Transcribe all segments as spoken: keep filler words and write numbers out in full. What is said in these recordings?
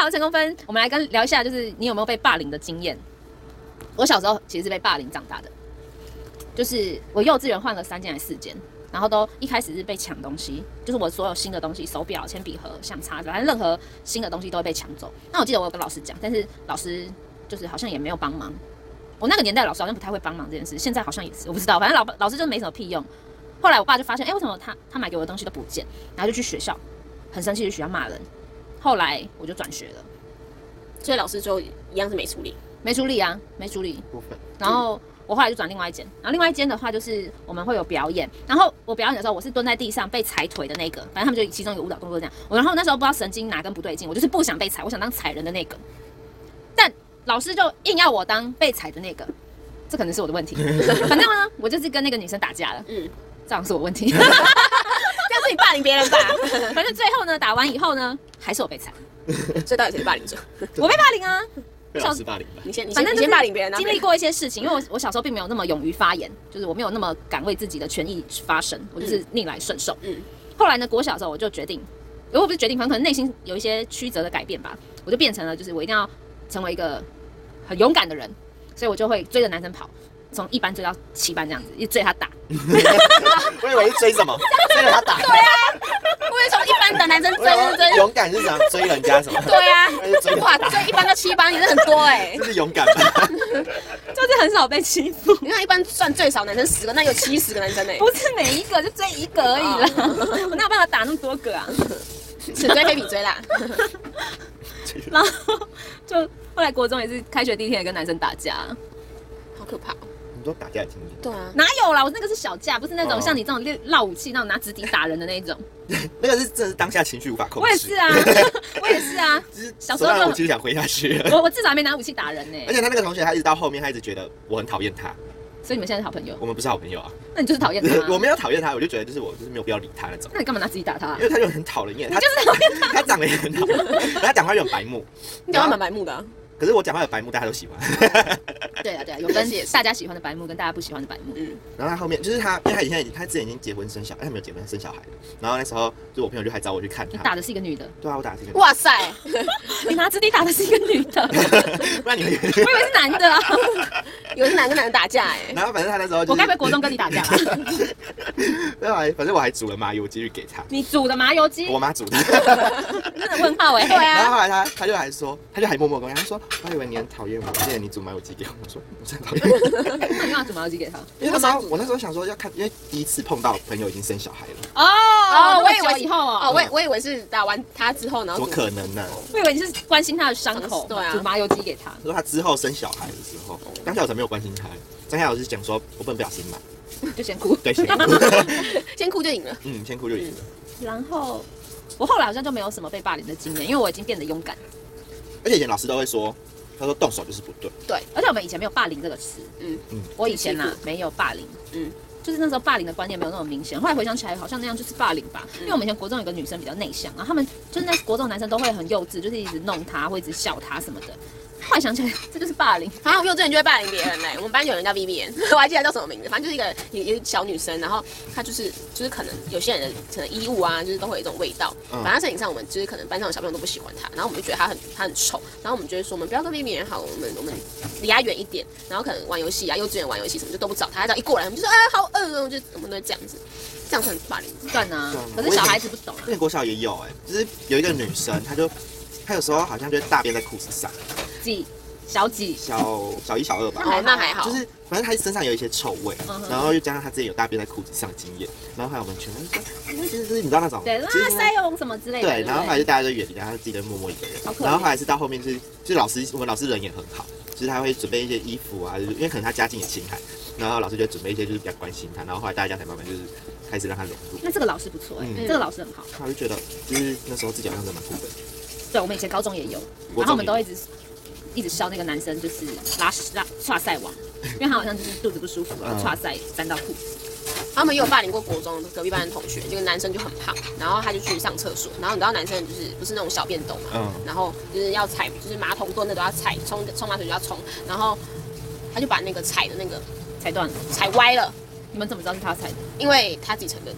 好，陈功芬，我们来跟聊一下，就是你有没有被霸凌的经验？我小时候其实是被霸凌长大的，就是我幼稚园换了三间还是四间，然后都一开始是被抢东西，就是我所有新的东西，手表、铅笔盒、相叉，反正任何新的东西都会被抢走。那我记得我有跟老师讲，但是老师就是好像也没有帮忙。我那个年代老师好像不太会帮忙这件事，现在好像也是，我不知道，反正老老师就没什么屁用。后来我爸就发现，哎、欸，为什么他他买给我的东西都不见，然后就去学校，很生气去学校骂人。后来我就转学了， 所以老师就一样是没处理。 没处理啊，没处理。然后我后来就转另外一间，然后另外一间的话就是我们会有表演，然后我表演的时候我是蹲在地上被踩腿的那个，反正他们就其中一个舞蹈动作这样。我然后那时候不知道神经哪根不对劲，我就是不想被踩，我想当踩人的那个，但老师就硬要我当被踩的那个，这可能是我的问题。反正呢，我就是跟那个女生打架了，嗯，这样是我问题。这样是你霸凌别人吧？ 反正最后呢，打完以后呢，还是我被踩。 所以到底谁是霸凌者？ 我被霸凌啊。 被老师霸凌吧？ 你先，你先，你先霸凌别人啊！ 经历过一些事情，因为我我小时候并没有那么勇于发言，就是我没有那么敢为自己的权益发声，我就是逆来顺受。嗯。后来呢，国小的时候我就决定，我不是决定，可能内心有一些曲折的改变吧，我就变成了，就是我一定要成为一个很勇敢的人，所以我就会追着男生跑，从一班追到七班这样子，一直追他打。 我以为是追什么？追着他打。 对啊。我也从一般的男生追追追， 勇敢是想追人家什么？ 对啊，哇，追一般到七班也是很多哎、欸， 这是勇敢吧？ 就是很少被欺负。 你看一般算最少男生十个，那有七十个男生哎、欸， 不是每一个就追一个而已啦，我哪有办法打那么多个啊？ 此追非彼追啦。 然后就后来国中也是开学第一天也跟男生打架， 好可怕、哦。 你说打架的经验？ 对啊， 哪有啦？我那个是小架，不是那种像你这种绕武器那种拿直笛打人的那种。 那个是真的是当下情绪无法控制。 我也是啊，我也是啊。 小时候就武器就想挥下去了。 我我至少还没拿武器打人呢、欸。 而且他那个同学，他一直到后面，他一直觉得我很讨厌他。 所以你们现在是好朋友？ 我们不是好朋友啊。 那你就是讨厌他、啊？ 我没有讨厌他，我就觉得就是我就是没有必要理他那种。 那你干嘛拿自己打他、啊？ 因为他就很讨人厌。 你就是讨厌他。 他长得也很讨厌，他讲话又很白目。 你讲话蛮白目的、啊。 可是我讲话有白目，大家都喜欢。 对啊对啊，有分大家喜欢的白目跟大家不喜欢的白目。嗯。 然后他后面就是他，因为他以前他之前已经结婚生小孩，他没有结婚生小孩。然后那时候就我朋友就还找我去看他。 你打的是一个女的？ 对啊，我打的是一个女的。 哇塞， 你拿直笛打的是一个女的？ 不然你会以为我以为是男的啊， 以为是男跟男的打架哎、欸。 然后反正他那时候、就是， 我该不会国中跟你打架吧？ 没有，反正我还煮了麻油鸡去给他。 你煮的麻油鸡？ 我妈煮的。 真的问号哎、欸。 对啊。 然后后来他他就还说，他就还默默跟我讲，他说我以为你很讨厌我，谢谢你煮麻油鸡给我。我说我真的讨厌你。 那你干嘛煮麻油鸡给他？ 因为那时候我那时候想说要看，因为第一次碰到朋友已经生小孩了。 哦哦，我以为以后哦， 哦，我我以为是打完他之后，然后怎么可能呢、啊？ 我以为你是关心他的伤口， 对啊， 煮麻油鸡给他。 说他之后生小孩的时候，当下我才没有关心他。当下我是讲说，我不能不小心嘛， 就先哭， 对，先哭， 先哭就赢了。 嗯，先哭就赢了。 然后我后来好像就没有什么被霸凌的经验，因为我已经变得勇敢。 而且以前老师都会说，他说动手就是不对。 对，而且我们以前没有霸凌这个词。嗯嗯，我以前啊没有霸凌。嗯。就是那时候霸凌的观念没有那么明显，后来回想起来，好像那样就是霸凌吧。因为我们以前国中有个女生比较内向，然后他们就是那国中男生都会很幼稚，就是一直弄她，或一直笑她什么的。后来想起来，这就是霸凌。 好像幼稚园就会霸凌别人嘞、欸。我们班有人叫 Vivian， 我还记得叫什么名字，反正就是一个一个小女生，然后她就是就是可能有些人的可能衣物啊，就是都会有一种味道。嗯、反正身体上我们就是可能班上的小朋友都不喜欢她，然后我们就觉得她很她很臭，然后我们就会说我们不要跟 Vivian 好，我们我们离她远一点。然后可能玩游戏啊，幼稚园玩游戏什么就都不找她，她只要一过来我们就说啊好饿哦，就我们都会这样子，这样算霸凌算啊。可是小孩子不懂啊。 那国小也有哎、欸，就是有一个女生，她就她有时候好像就大便在裤子上。 几小几小小一小二吧， 那还那还好， 就是反正他身上有一些臭味，嗯、然后又加上他之前有大便在裤子上的经验，然后还有我们全部说，其实就是你知道那种对拉塞翁什么之类的， 对，然后后来就大家就远离他，他自己就默默一个人，然后后来是到后面就是就是老师我们老师人也很好，就是他会准备一些衣服啊，就是因为可能他家境也清寒，然后老师就准备一些就是比较关心他，然后后来大家才慢慢就是开始让他融入。 那这个老师不错哎、欸，嗯、这个老师很好， 他就觉得就是那时候自己好像真的蛮酷的。 对，我们以前高中也有，然后我们都一直。一直笑那个男生就是拉拉岔赛王，因为他好像就是肚子不舒服，然后岔赛沾到裤子。 他们也有霸凌过国中隔壁班的同学，这个男生就很胖，然后他就去上厕所，然后你知道男生就是不是那种小便斗嘛，嗯、然后就是要踩，就是马桶蹲的都要踩，冲冲马桶就要冲，然后他就把那个踩的那个踩断了， 踩歪了。 你们怎么知道是他踩的？ 因为他自己承认的。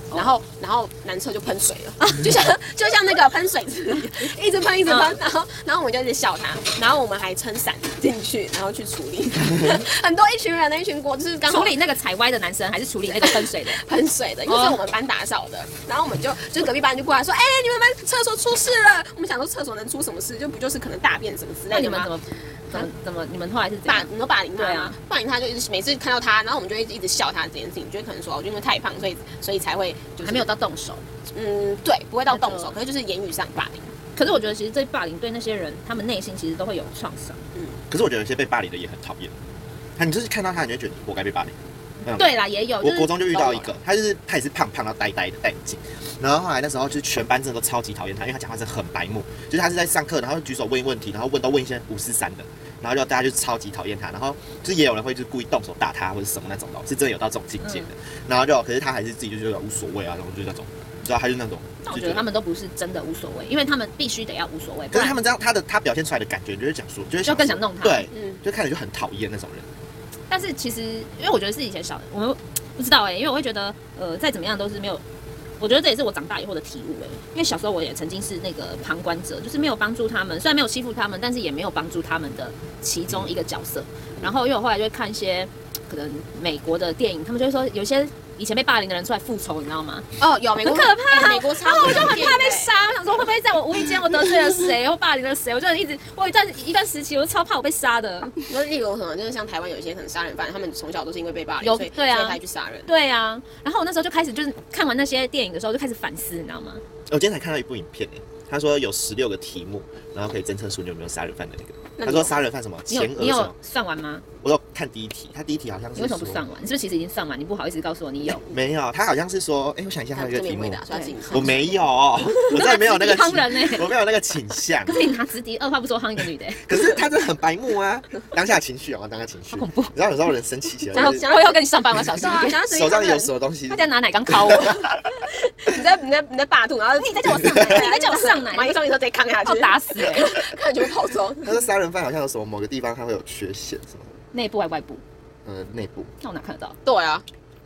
然后然后男厕就喷水了，就像就像那个喷水池，一直喷一直喷，然后然后我们就一直笑他，然后我们还撑伞进去，然后去处理，很多一群人的一群国就是刚处理那个踩歪的男生，还是处理那个喷水的？ 喷水的，因为是我们班打扫的，然后我们就就隔壁班就过来说，哎、欸，你们班厕所出事了，我们想说厕所能出什么事，就不就是可能大便什么之类的吗？ 那你们怎么？怎么怎么？你们后来是怎样？ 霸，你说霸凌他啊？ 霸凌他就一直每次看到他，然后我们就一直一直笑他这件事情，就可能说，我就因为太胖，所以所以才会就是还没有到动手。 嗯，对，不会到动手，可是就是言语上霸凌。 可是我觉得其实这霸凌对那些人，他们内心其实都会有创伤。 嗯，可是我觉得有些被霸凌的也很讨厌。他你就是看到他，你就觉得活该被霸凌。 对啦，也有。 我国中就遇到一个，他就是他也是胖胖到呆呆的，戴眼镜。然后后来那时候就是全班真的都超级讨厌他，因为他讲话是很白目，就是他是在上课，然后举手问问题，然后问都问一些五四三的，然后就大家就超级讨厌他。然后就是也有人会就是故意动手打他或者什么那种的，是真的有到这种境界的。嗯、然后就可是他还是自己就觉得无所谓啊，然后就是那种，你知道他就是那种。 但我觉得他们都不是真的无所谓，因为他们必须得要无所谓。 可是他们这样，他的他表现出来的感觉，就是讲说，就是就更想弄他。 对，嗯，就看着就很讨厌那种人。 但是其实，因为我觉得是以前小，我们不知道哎、欸，因为我会觉得，呃，再怎么样都是没有。我觉得这也是我长大以后的体悟哎、欸，因为小时候我也曾经是那个旁观者，就是没有帮助他们，虽然没有欺负他们，但是也没有帮助他们的其中一个角色。然后因为我后来就会看一些可能美国的电影，他们就会说有些以前被霸凌的人出来复仇，你知道吗？ 哦，有美国很可怕， 欸、美国超， 然后我就很怕被杀，我想说会不会在我无意间我得罪了谁，或霸凌了谁？我就一直我一段一段时期我就超怕我被杀的。 那例如什么，就是像台湾有一些可能杀人犯，他们从小都是因为被霸凌， 有所以对啊， 所以才去杀人。 对啊，然后我那时候就开始就是看完那些电影的时候就开始反思，你知道吗？ 我今天才看到一部影片诶、欸，他说有十六个题目，然后可以侦测出你有没有杀人犯的那个。他说杀人犯什么前额什么？ 你有算完吗？ 我有看第一题，他第一题好像是你为什么不算完？你是不是其实已经算完？你不好意思告诉我你有？ 没有，他好像是说，哎、欸，我想一下，还有一个题目，我没有，我真的没有那个倾向，我没有那个倾向。 可是你拿直笛，二话不说夯一个女的、欸。 可是他真的很白目啊，当下情绪啊，当下情绪， 好恐怖。 你知道有时候人生气起来， 然后我以后跟你上班，我小心一点。 手上有什么东西？ 他在拿奶缸敲我。 你在你在你在霸吐，然后你在叫我上奶，你在叫我上奶， 马一上你就直接扛下去， 打死哎、欸！ 看就会跑走。 他说杀人犯好像有什么某个地方他会有缺陷什么？ 内部还是外部？ 呃，内部。 那我哪看得到？ 对啊。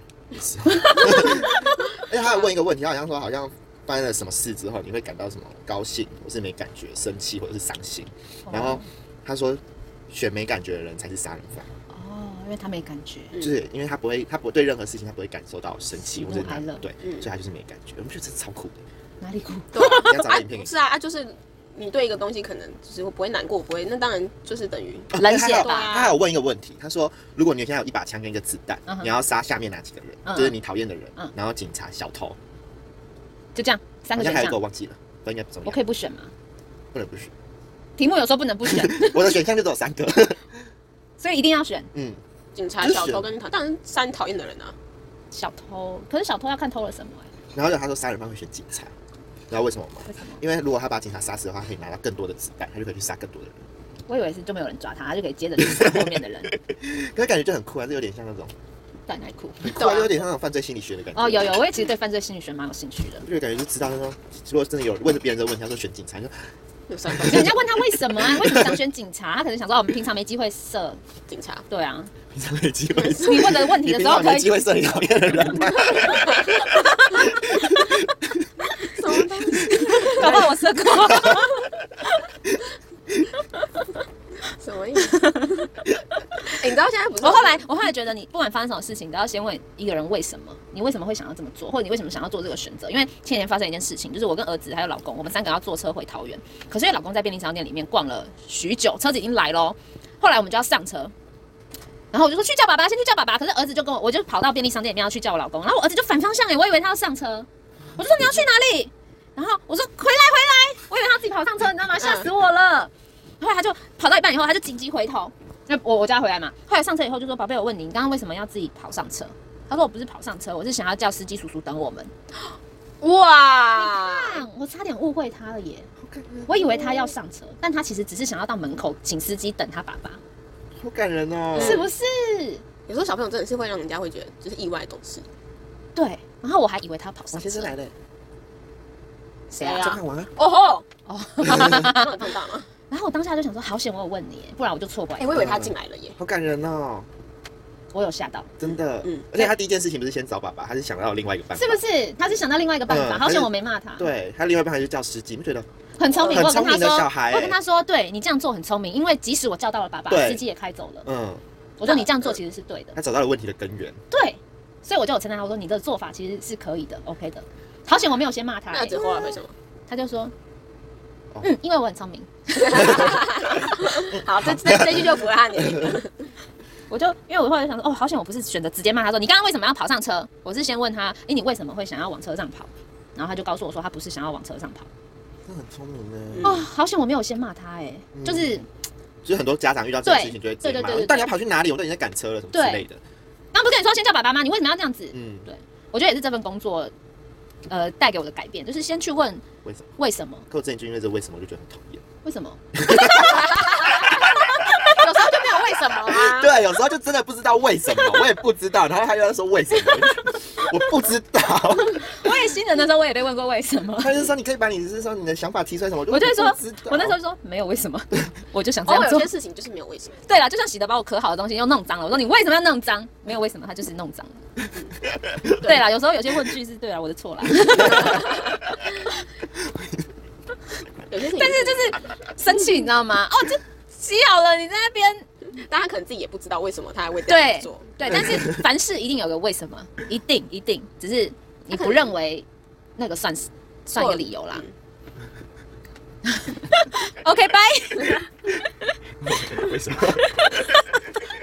而且他有问一个问题，他好像说好像发生了什么事之后，你会感到什么高兴，或是没感觉、生气，或者是伤心。哦、然后他说，选没感觉的人才是杀人犯。 哦，因为他没感觉， 就是因为他不会，他不对任何事情他不会感受到生气或者快乐， 对，嗯、所以他就是没感觉。我们觉得这超酷的。 哪里酷？ 对啊， 你要找影片、 啊。是啊，啊，就是你对一个东西可能就是不会难过，不会，那当然就是等于冷血吧。 他还有问一个问题，他说，如果你现在有一把枪跟一个子弹，嗯、你要杀下面哪几个人？嗯、就是你讨厌的人，嗯、然后警察、小偷， 就这样三个选项。 还有一个我忘记了，不应该不重要。 我可以不选吗？ 不能不选。 题目有时候不能不选。 我的选项就只有三个， 所以一定要选。 嗯， 警察、小偷跟讨，当然杀你讨厌的人啊。 小偷，可是小偷要看偷了什么哎、 欸。然后他说杀人犯会选警察。知道为什么吗？ 为什么？ 因为如果他把警察杀死的话，可以拿到更多的子弹，他就可以去杀更多的人。 我以为是就没有人抓他，他就可以接着去杀后面的人。 可是感觉就很酷啊，这有点像那种， 但还酷， 很酷啊，有点像那种犯罪心理学的感觉。 哦，有有，我也其实对犯罪心理学蛮有兴趣的。 就感觉就知道，他说如果真的有问别人这个问题，他说选警察，就人家问他为什么啊？为什么想选警察？他可能想说，我们平常没机会射警察。 对啊， 平常没机会射。 你问的问题的时候，可以没机会射你讨厌的人。 搞不好我射过。 什么意思？欸、你知道现在不是？ 我后来，我后来觉得你不管发生什么事情，都要先问一个人为什么，你为什么会想要这么做，或者你为什么想要做这个选择？因为前年发生一件事情，就是我跟儿子还有老公，我们三个要坐车回桃园，可是因为老公在便利商店里面逛了许久，车子已经来咯，后来我们就要上车。然后我就说去叫爸爸，先去叫爸爸。可是儿子就跟我，我就跑到便利商店里面要去叫我老公，然后我儿子就反方向哎，我以为他要上车，我就说你要去哪里？然后我说回来回来，我以为他自己跑上车，你知道吗？吓死我了。后来他就跑到一半以后，他就紧急回头，就我我叫他回来嘛。后来上车以后就说：“宝贝，我问你，你刚刚为什么要自己跑上车？”他说：“我不是跑上车，我是想要叫司机叔叔等我们。” 哇！ 你看，我差点误会他了耶！我以为他要上车，但他其实只是想要到门口请司机等他爸爸。 好感人哦！ 是不是？ 有时候小朋友真的是会让人家会觉得就是意外懂事。 对，然后我还以为他跑上车。 王先生来了。 谁啊？ 郑汉王啊！ 哦吼！ 哦， 放大吗？ 然后我当下就想说，好险我有问你，不然我就错怪。 哎、欸，我以为他进来了耶， 好感人哦！ 我有吓到， 真的，嗯，而且他第一件事情不是先找爸爸，他是想到另外一个办法， 是不是？他是想到另外一个办法，嗯、好险我没骂他。 对他另外一个办法就叫司机，你不觉得很聪明？ 很聪明的小孩、欸， 我跟他说，对你这样做很聪明，因为即使我叫到了爸爸，司机也开走了。嗯，我说你这样做其实是对的， 他找到了问题的根源。 对，所以我就有称赞他，我说你的做法其实是可以的 ，OK 的。好险我没有先骂他、欸， 那子后来为什么？ 他就说，嗯，因为我很聪明。 好，这这这句就符合他年龄。 我就因为我后来想说，哦，好险我不是选择直接骂他说你刚刚为什么要跑上车？我是先问他，哎，你为什么会想要往车上跑？然后他就告诉我说，他不是想要往车上跑。 那很聪明呢。 哦，好险我没有先骂他，哎，嗯、就是， 就是很多家长遇到这种事情就会直接骂，到底要跑去哪里？我都已经在赶车了，什么之类的。 刚不是跟你说先叫爸爸吗？你为什么要这样子？嗯，对，我觉得也是这份工作，呃，带给我的改变，就是先去问为什么？ 为什么？ 可我之前就因为这为什么，我就觉得很讨厌。 为什么？ 有时候就没有为什么啊。 对，有时候就真的不知道为什么，我也不知道，然后他又在说为什么，我不知道。 我也新人的时候，我也被问过为什么。 他就说你可以把你是说你的想法提出来什么， 我就会说，我那时候就说没有为什么，我就想这样做。有些事情就是没有为什么。 对啦，就像喜德把我磕好的东西又弄脏了，我说你为什么要弄脏？没有为什么，他就是弄脏了。对啦，有时候有些问句是对啦，我的错啦。但是就是生气，你知道吗？哦，就洗好了，你在那边， 但他可能自己也不知道为什么他还会这样做。 对，但是凡事一定有个为什么，一定一定，只是你不认为那个算是算一个理由啦。OK， 拜。 为什么？